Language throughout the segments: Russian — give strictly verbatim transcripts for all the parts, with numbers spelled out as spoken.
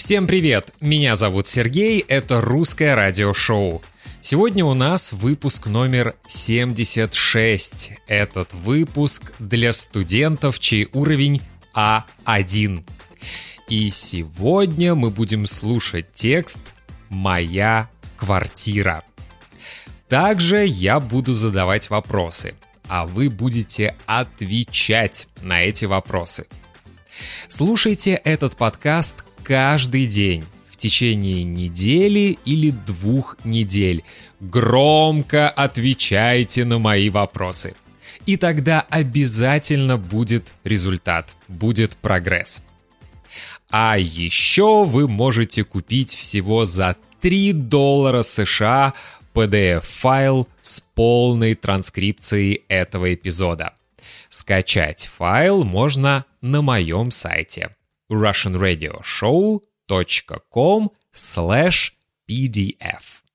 Всем привет! Меня зовут Сергей, это русское радиошоу. Сегодня у нас выпуск номер семьдесят шесть. Этот выпуск для студентов, чей уровень а один. И сегодня мы будем слушать текст «Моя квартира». Также я буду задавать вопросы, а вы будете отвечать на эти вопросы. Слушайте этот подкаст каждый день в течение недели или двух недель. Громко отвечайте на мои вопросы. И тогда обязательно будет результат, будет прогресс. А еще вы можете купить всего за три доллара США пи ди эф-файл с полной транскрипцией этого эпизода. Скачать файл можно на моем сайте russian radio show dot com slash p d f.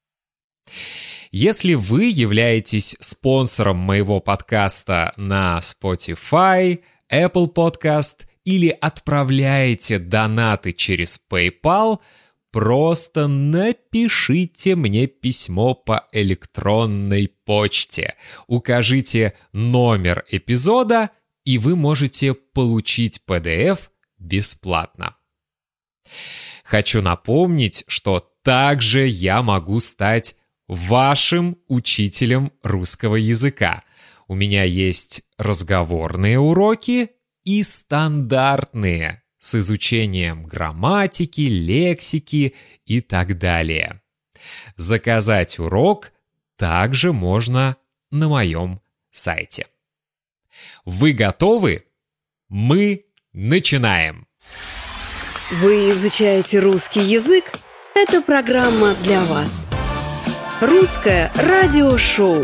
Если вы являетесь спонсором моего подкаста на Spotify, Apple Podcast или отправляете донаты через PayPal, просто напишите мне письмо по электронной почте. Укажите номер эпизода, и вы можете получить пи ди эф бесплатно. Хочу напомнить, что также я могу стать вашим учителем русского языка. У меня есть разговорные уроки и стандартные с изучением грамматики, лексики и так далее. Заказать урок также можно на моем сайте. Вы готовы? Мы начинаем! Вы изучаете русский язык? Это программа для вас. Русское радиошоу.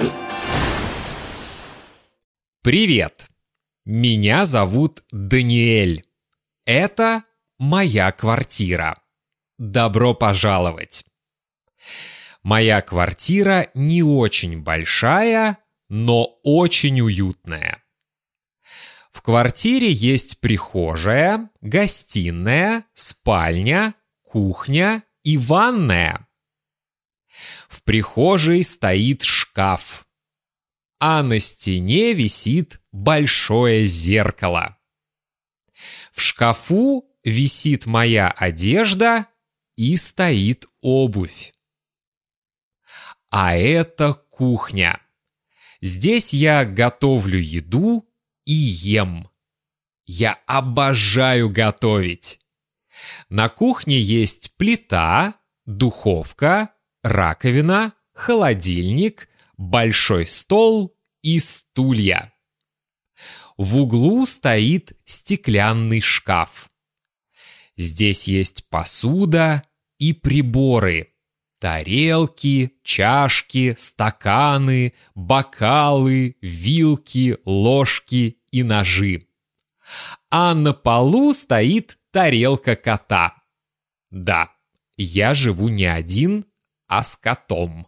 Привет! Меня зовут Даниэль. Это моя квартира. Добро пожаловать! Моя квартира не очень большая, но очень уютная. В квартире есть прихожая, гостиная, спальня, кухня и ванная. В прихожей стоит шкаф, а на стене висит большое зеркало. В шкафу висит моя одежда и стоит обувь. А это кухня. Здесь я готовлю еду и ем. Я обожаю готовить. На кухне есть плита, духовка, раковина, холодильник, большой стол и стулья. В углу стоит стеклянный шкаф. Здесь есть посуда и приборы. Тарелки, чашки, стаканы, бокалы, вилки, ложки и ножи. А на полу стоит тарелка кота. Да, я живу не один, а с котом.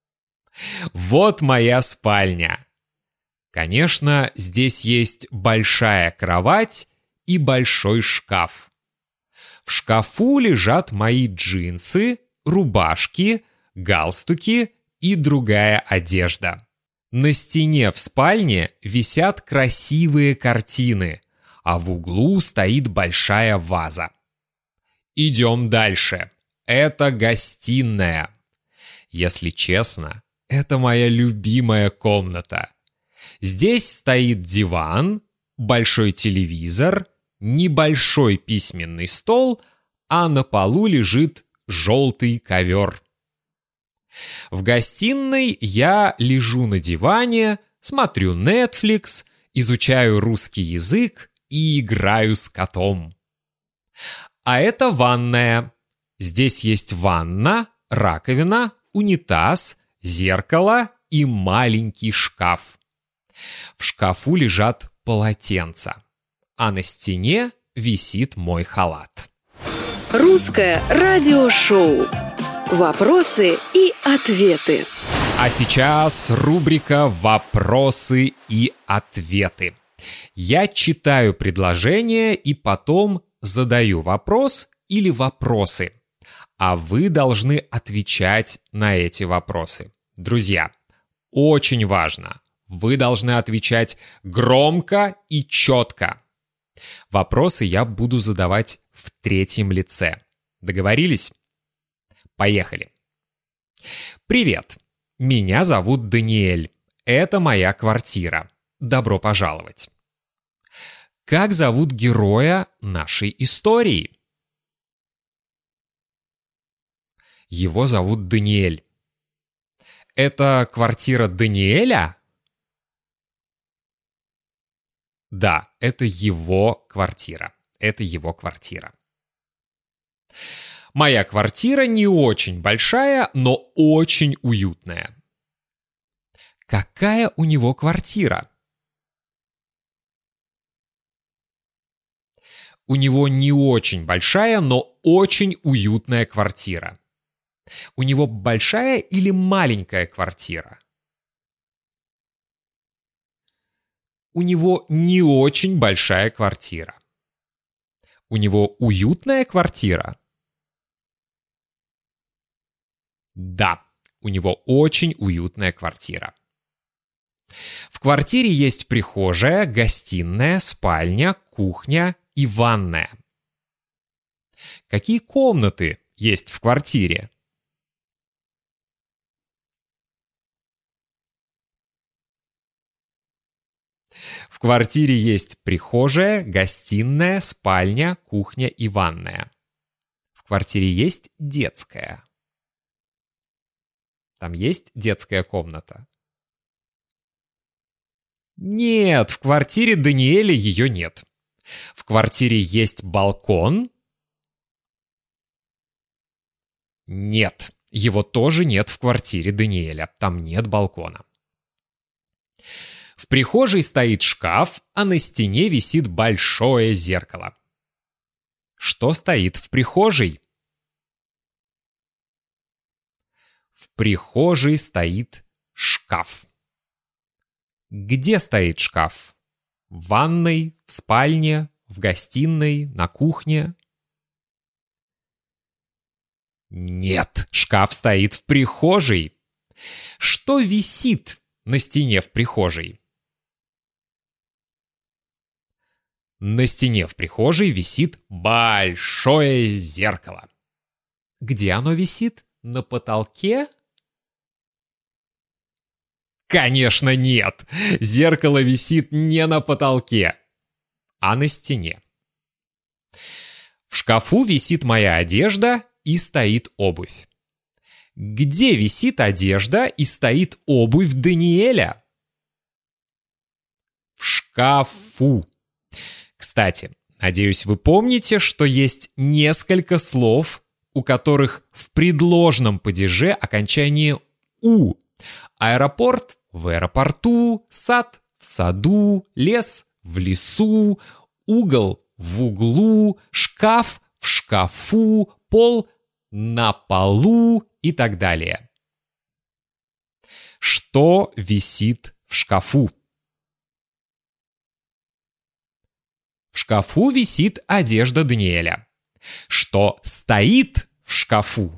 Вот моя спальня. Конечно, здесь есть большая кровать и большой шкаф. В шкафу лежат мои джинсы, рубашки, галстуки и другая одежда. На стене в спальне висят красивые картины, а в углу стоит большая ваза. Идем дальше. Это гостиная. Если честно, это моя любимая комната. Здесь стоит диван, большой телевизор, небольшой письменный стол, а на полу лежит желтый ковер. В гостиной я лежу на диване, смотрю Netflix, изучаю русский язык и играю с котом. А это ванная. Здесь есть ванна, раковина, унитаз, зеркало и маленький шкаф. В шкафу лежат полотенца, а на стене висит мой халат. Русское радиошоу. Вопросы и ответы. А сейчас рубрика «Вопросы и ответы». Я читаю предложение и потом задаю вопрос или вопросы, а вы должны отвечать на эти вопросы. Друзья, очень важно, вы должны отвечать громко и четко. Вопросы я буду задавать в третьем лице. Договорились? Поехали. Привет, меня зовут Даниэль. Это моя квартира. Добро пожаловать. Как зовут героя нашей истории? Его зовут Даниэль. Это квартира Даниэля? Да, это его квартира. Это его квартира. Моя квартира не очень большая, но очень уютная. Какая у него квартира? У него не очень большая, но очень уютная квартира. У него большая или маленькая квартира? У него не очень большая квартира. У него уютная квартира? Да, у него очень уютная квартира. В квартире есть прихожая, гостиная, спальня, кухня и ванная. Какие комнаты есть в квартире? В квартире есть прихожая, гостиная, спальня, кухня и ванная. В квартире есть детская. Там есть детская комната? Нет, в квартире Даниэля ее нет. В квартире есть балкон? Нет, его тоже нет в квартире Даниэля. Там нет балкона. В прихожей стоит шкаф, а на стене висит большое зеркало. Что стоит в прихожей? В прихожей стоит шкаф. Где стоит шкаф? В ванной, в спальне, в гостиной, на кухне? Нет, шкаф стоит в прихожей. Что висит на стене в прихожей? На стене в прихожей висит большое зеркало. Где оно висит? На потолке? Конечно, нет. Зеркало висит не на потолке, а на стене. В шкафу висит моя одежда и стоит обувь. Где висит одежда и стоит обувь Даниэля? В шкафу. Кстати, надеюсь, вы помните, что есть несколько слов, у которых в предложном падеже окончание «у». Аэропорт — в аэропорту, сад — в саду, лес — в лесу, угол — в углу, шкаф — в шкафу, пол — на полу и так далее. Что висит в шкафу? В шкафу висит одежда Даниэля. Что стоит в шкафу?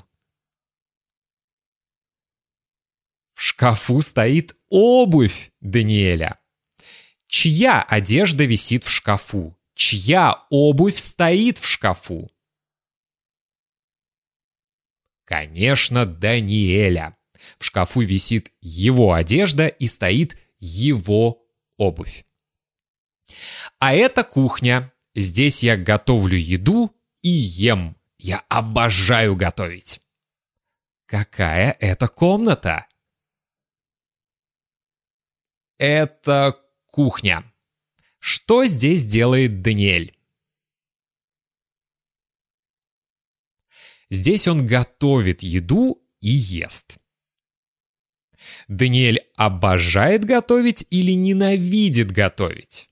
В шкафу стоит обувь Даниэля. Чья одежда висит в шкафу? Чья обувь стоит в шкафу? Конечно, Даниэля. В шкафу висит его одежда и стоит его обувь. А это кухня. Здесь я готовлю еду и ем. Я обожаю готовить. Какая это комната? Это кухня. Что здесь делает Даниэль? Здесь он готовит еду и ест. Даниэль обожает готовить или ненавидит готовить?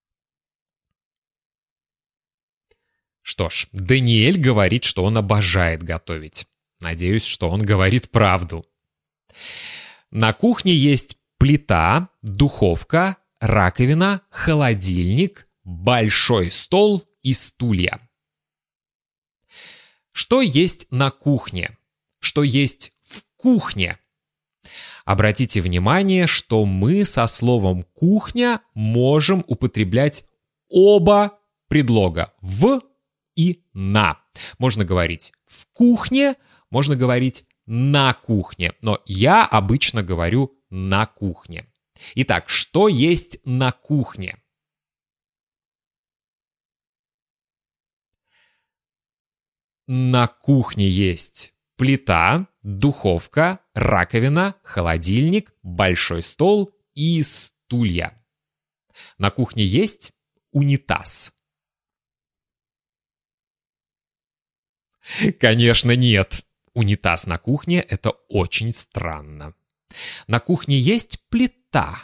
Что ж, Даниэль говорит, что он обожает готовить. Надеюсь, что он говорит правду. На кухне есть плита, духовка, раковина, холодильник, большой стол и стулья. Что есть на кухне? Что есть в кухне? Обратите внимание, что мы со словом «кухня» можем употреблять оба предлога «в» и «на». Можно говорить «в кухне», можно говорить «на кухне», но я обычно говорю «на кухне». Итак, что есть на кухне? На кухне есть плита, духовка, раковина, холодильник, большой стол и стулья. На кухне есть унитаз. Конечно, нет. Унитаз на кухне – это очень странно. На кухне есть плита.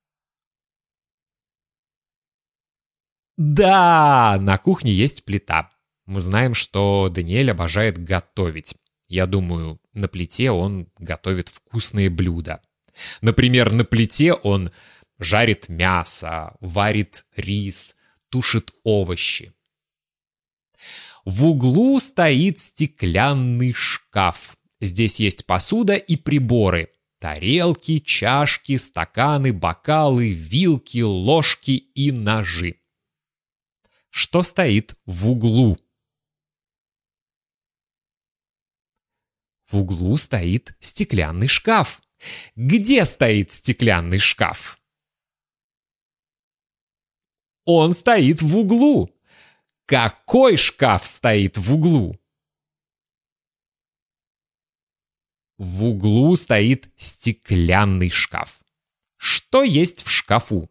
Да, на кухне есть плита. Мы знаем, что Даниэль обожает готовить. Я думаю, на плите он готовит вкусные блюда. Например, на плите он жарит мясо, варит рис, тушит овощи. В углу стоит стеклянный шкаф. Здесь есть посуда и приборы. Тарелки, чашки, стаканы, бокалы, вилки, ложки и ножи. Что стоит в углу? В углу стоит стеклянный шкаф. Где стоит стеклянный шкаф? Он стоит в углу. Какой шкаф стоит в углу? В углу стоит стеклянный шкаф. Что есть в шкафу?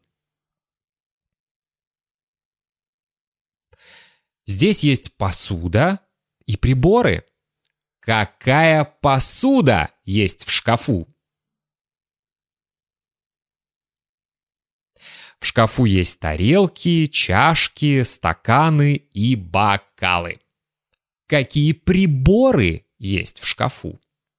Здесь есть посуда и приборы. Какая посуда есть в шкафу? В шкафу есть тарелки, чашки, стаканы и бокалы. Какие приборы есть в шкафу?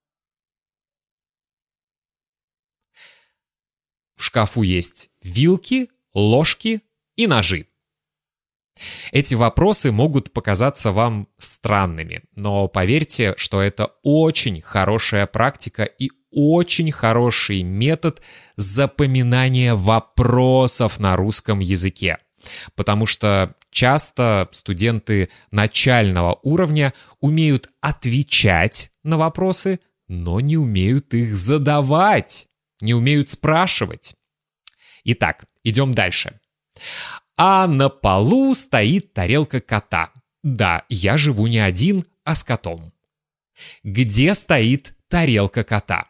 В шкафу есть вилки, ложки и ножи. Эти вопросы могут показаться вам странными, но поверьте, что это очень хорошая практика и очень хороший метод запоминания вопросов на русском языке. Потому что часто студенты начального уровня умеют отвечать на вопросы, но не умеют их задавать, не умеют спрашивать. Итак, идем дальше. А на полу стоит тарелка кота. Да, я живу не один, а с котом. Где стоит тарелка кота?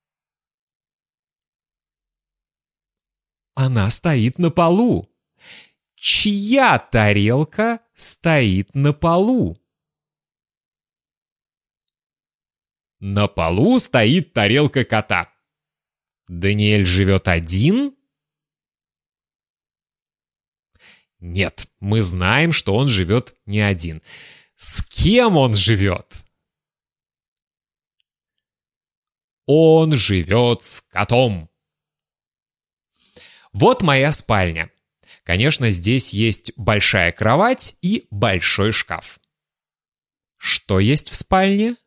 Она стоит на полу. Чья тарелка стоит на полу? На полу стоит тарелка кота. Даниэль живет один? Нет, мы знаем, что он живет не один. С кем он живет? Он живет с котом. Вот моя спальня. Конечно, здесь есть большая кровать и большой шкаф. Что есть в спальне?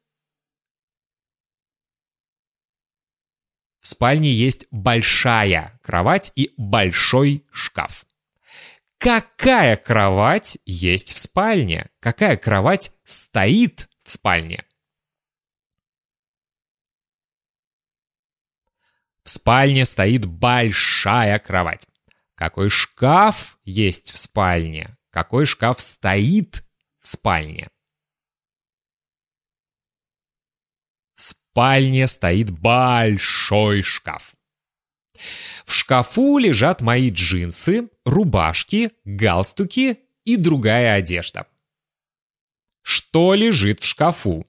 В спальне есть большая кровать и большой шкаф. Какая кровать есть в спальне? Какая кровать стоит в спальне? В спальне стоит большая кровать. Какой шкаф есть в спальне? Какой шкаф стоит в спальне? В спальне стоит большой шкаф. В шкафу лежат мои джинсы, рубашки, галстуки и другая одежда. Что лежит в шкафу?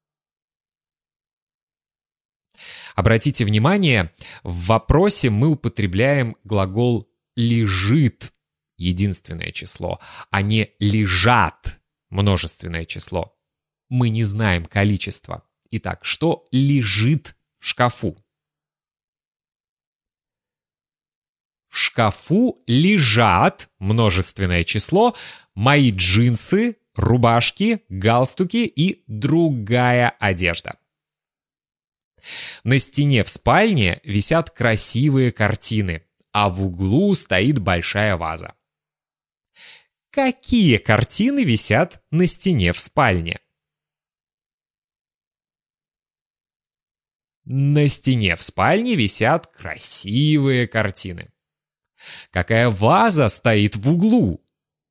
Обратите внимание, в вопросе мы употребляем глагол «лежит» — единственное число, а не «лежат» — множественное число. Мы не знаем количество. Итак, что лежит в шкафу? В шкафу лежат, множественное число, мои джинсы, рубашки, галстуки и другая одежда. На стене в спальне висят красивые картины, а в углу стоит большая ваза. Какие картины висят на стене в спальне? На стене в спальне висят красивые картины. Какая ваза стоит в углу?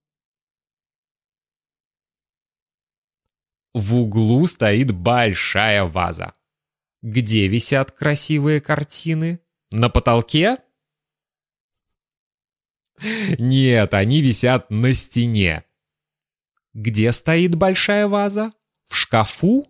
В углу стоит большая ваза. Где висят красивые картины? На потолке? Нет, они висят на стене. Где стоит большая ваза? В шкафу?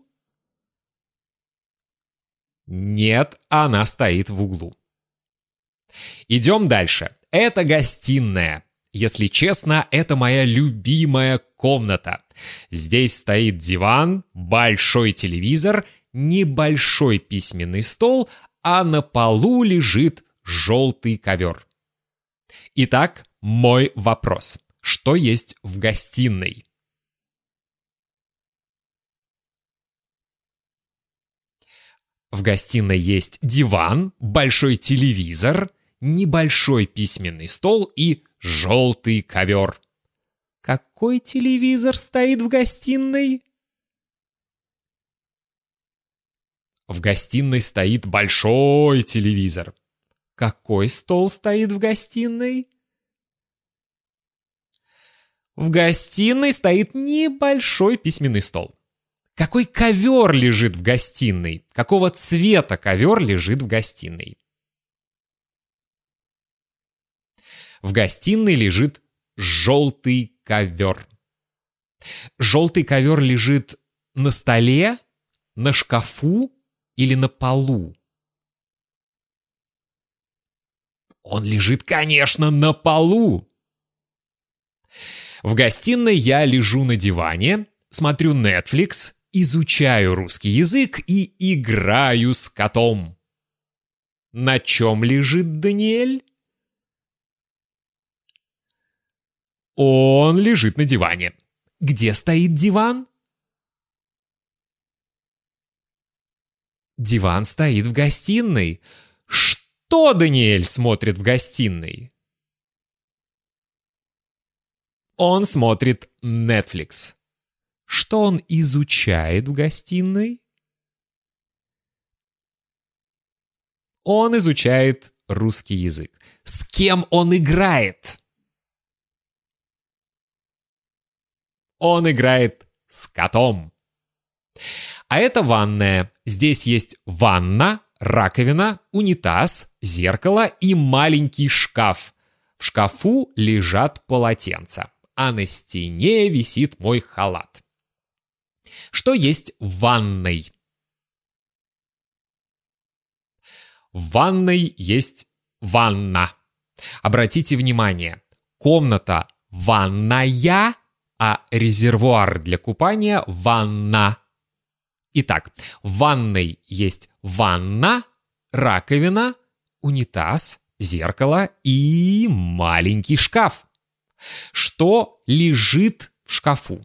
Нет, она стоит в углу. Идем дальше. Это гостиная. Если честно, это моя любимая комната. Здесь стоит диван, большой телевизор, небольшой письменный стол, а на полу лежит желтый ковер. Итак, мой вопрос. Что есть в гостиной? В гостиной есть диван, большой телевизор, небольшой письменный стол и желтый ковер. Какой телевизор стоит в гостиной? В гостиной стоит большой телевизор. Какой стол стоит в гостиной? В гостиной стоит небольшой письменный стол. Какой ковер лежит в гостиной? Какого цвета ковер лежит в гостиной? В гостиной лежит желтый ковер. Желтый ковер лежит на столе, на шкафу или на полу? Он лежит, конечно, на полу. В гостиной я лежу на диване, смотрю Netflix, изучаю русский язык и играю с котом. На чем лежит Даниэль? Он лежит на диване. Где стоит диван? Диван стоит в гостиной. Что Даниэль смотрит в гостиной? Он смотрит Netflix. Что он изучает в гостиной? Он изучает русский язык. С кем он играет? Он играет с котом. А это ванная. Здесь есть ванна, раковина, унитаз, зеркало и маленький шкаф. В шкафу лежат полотенца, а на стене висит мой халат. Что есть в ванной? В ванной есть ванна. Обратите внимание, комната ванная, а резервуар для купания – ванна. Итак, в ванной есть ванна, раковина, унитаз, зеркало и маленький шкаф. Что лежит в шкафу?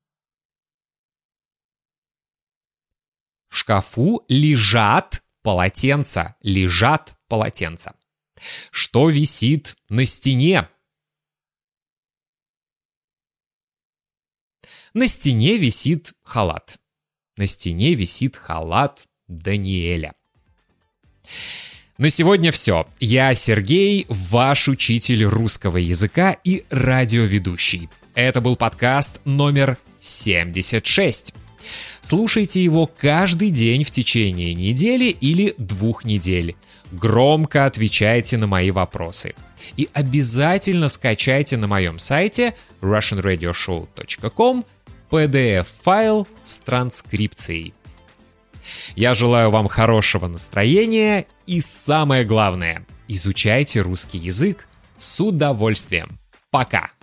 В шкафу лежат полотенца, лежат полотенца. Что висит на стене? На стене висит халат. На стене висит халат Даниэля. На сегодня все. Я Сергей, ваш учитель русского языка и радиоведущий. Это был подкаст номер семьдесят шесть. Слушайте его каждый день в течение недели или двух недель. Громко отвечайте на мои вопросы. И обязательно скачайте на моем сайте russian radio show точка com пи ди эф-файл с транскрипцией. Я желаю вам хорошего настроения и, самое главное, изучайте русский язык с удовольствием. Пока!